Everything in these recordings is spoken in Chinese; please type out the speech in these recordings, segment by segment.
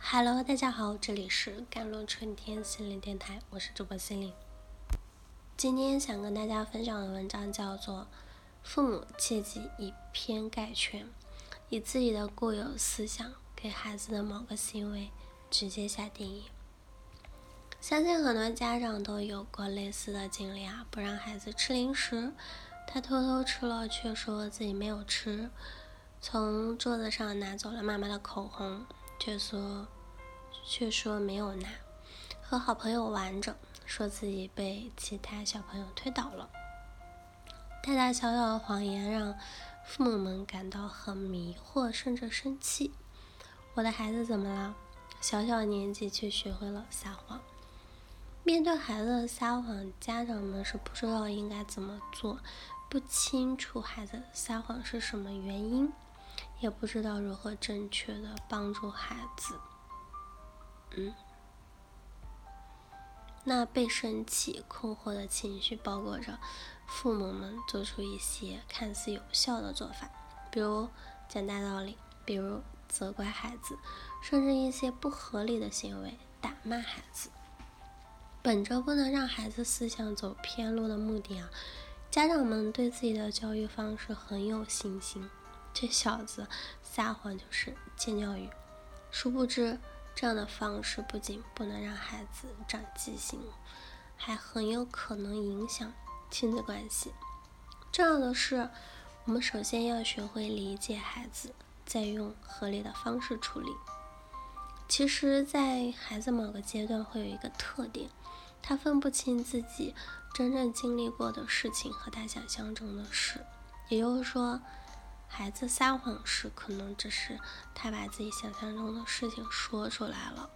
Hello，大家好，这里是甘露春天心灵电台，我是主播心灵。今天想跟大家分享的文章叫做父母切忌以偏概全，以自己的固有思想给孩子的某个行为直接下定义。相信很多家长都有过类似的经历啊，不让孩子吃零食，他偷偷吃了却说自己没有吃，从桌子上拿走了妈妈的口红，却说没有拿，和好朋友玩着，说自己被其他小朋友推倒了。大大小小的谎言让父母们感到很迷惑，甚至生气。我的孩子怎么了？小小年纪却学会了撒谎。面对孩子的撒谎，家长们是不知道应该怎么做，不清楚孩子撒谎是什么原因，也不知道如何正确的帮助孩子。那被生气、困惑的情绪包裹着父母们做出一些看似有效的做法，比如讲大道理，比如责怪孩子，甚至一些不合理的行为，打骂孩子。本着不能让孩子思想走偏路的目的啊，家长们对自己的教育方式很有信心，这小子撒谎就是欠教育。殊不知这样的方式不仅不能让孩子长记性，还很有可能影响亲子关系。重要的是，我们首先要学会理解孩子，再用合理的方式处理。其实在孩子某个阶段会有一个特点，他分不清自己真正经历过的事情和他想象中的事。也就是说，孩子撒谎时可能只是他把自己想象中的事情说出来了，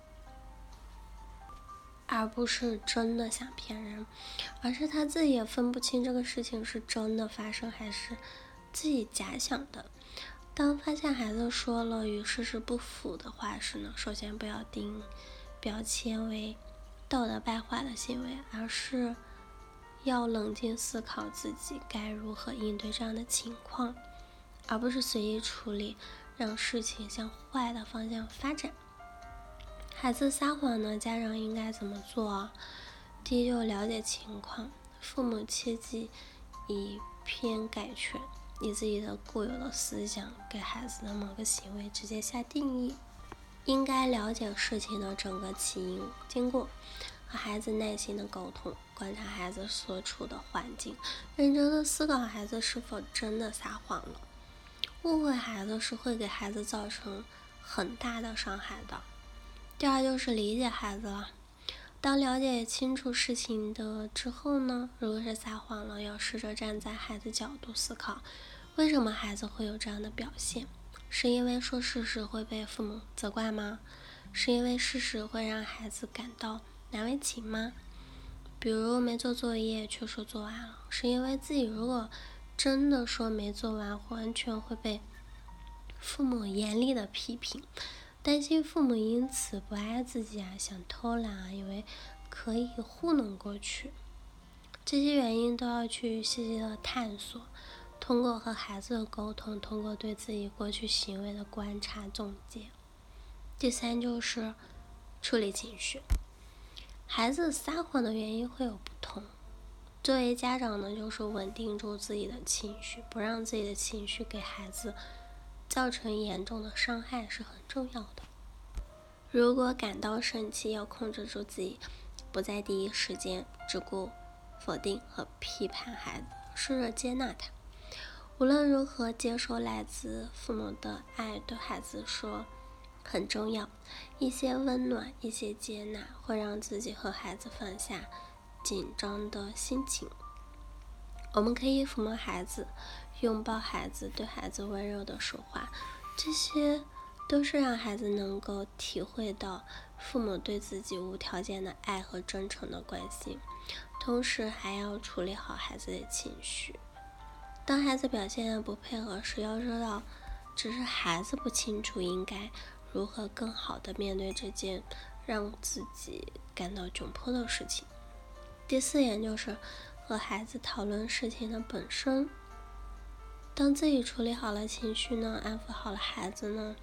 而不是真的想骗人，而是他自己也分不清这个事情是真的发生还是自己假想的。当发现孩子说了与事实不符的话时呢，首先不要定标签为道德败坏的行为，而是要冷静思考自己该如何应对这样的情况，而不是随意处理，让事情向坏的方向发展。孩子撒谎呢，家长应该怎么做？第一，就了解情况，父母切忌以偏概全，以自己的固有的思想给孩子的某个行为直接下定义。应该了解事情的整个起因经过，和孩子耐心的沟通，观察孩子所处的环境，认真的思考孩子是否真的撒谎了。误会孩子是会给孩子造成很大的伤害的。第二就是理解孩子了。当了解清楚事情的之后呢，如果是撒谎了，要试着站在孩子角度思考，为什么孩子会有这样的表现？是因为说事实会被父母责怪吗？是因为事实会让孩子感到难为情吗？比如没做作业却说做完了，是因为自己如果真的说没做完，完全会被父母严厉的批评，担心父母因此不爱自己啊，想偷懒啊，以为可以糊弄过去。这些原因都要去细细的探索，通过和孩子的沟通，通过对自己过去行为的观察总结。第三就是处理情绪。孩子撒谎的原因会有不同，作为家长呢，就是稳定住自己的情绪，不让自己的情绪给孩子造成严重的伤害是很重要的。如果感到生气，要控制住自己，不在第一时间只顾否定和批判孩子，试着接纳他。无论如何，接受来自父母的爱，对孩子说很重要。一些温暖，一些接纳，会让自己和孩子放下紧张的心情。我们可以抚摸孩子，拥抱孩子，对孩子温柔的说话，这些都是让孩子能够体会到父母对自己无条件的爱和真诚的关心。同时还要处理好孩子的情绪。当孩子表现不配合时，要知道只是孩子不清楚应该如何更好地面对这件让自己感到窘迫的事情。第四点就是和孩子讨论事情的本身。当自己处理好了情绪呢，安抚好了孩子呢，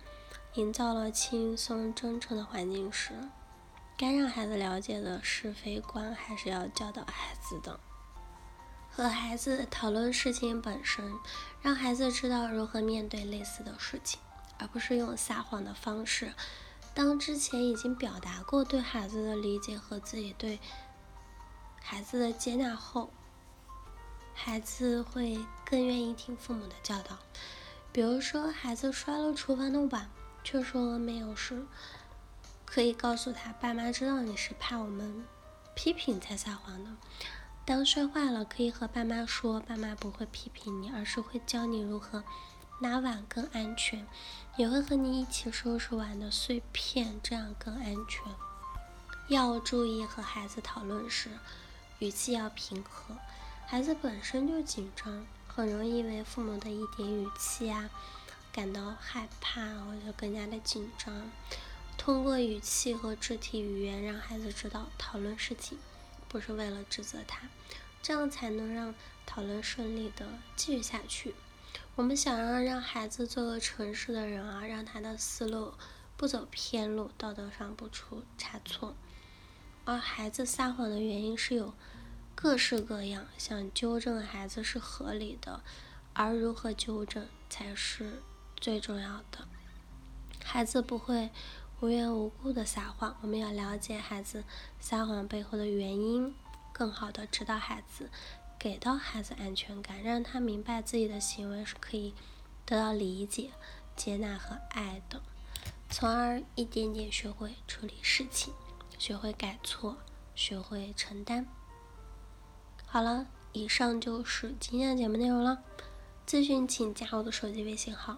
营造了轻松真诚的环境时，该让孩子了解的是非观还是要教导孩子的。和孩子讨论事情本身，让孩子知道如何面对类似的事情，而不是用撒谎的方式。当之前已经表达过对孩子的理解和自己对孩子的接纳后，孩子会更愿意听父母的教导。比如说，孩子摔了厨房的碗，却说没有事，可以告诉他，爸妈知道你是怕我们批评才撒谎的。当摔坏了，可以和爸妈说，爸妈不会批评你，而是会教你如何拿碗更安全，也会和你一起收拾碗的碎片，这样更安全。要注意和孩子讨论时，语气要平和。孩子本身就紧张，很容易因为父母的一点语气感到害怕或者更加的紧张。通过语气和肢体语言让孩子知道讨论事情不是为了指责他，这样才能让讨论顺利的继续下去。我们想要让孩子做个诚实的人让他的思路不走偏路，道德上不出差错。而孩子撒谎的原因是有各式各样，想纠正孩子是合理的，而如何纠正才是最重要的。孩子不会无缘无故的撒谎，我们要了解孩子撒谎背后的原因，更好的指导孩子，给到孩子安全感，让他明白自己的行为是可以得到理解、接纳和爱的，从而一点点学会处理事情，学会改错，学会承担。好了，以上就是今天的节目内容了。咨询请加我的手机微信号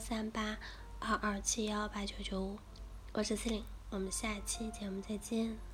13822718995，我是4零，我们下期节目再见。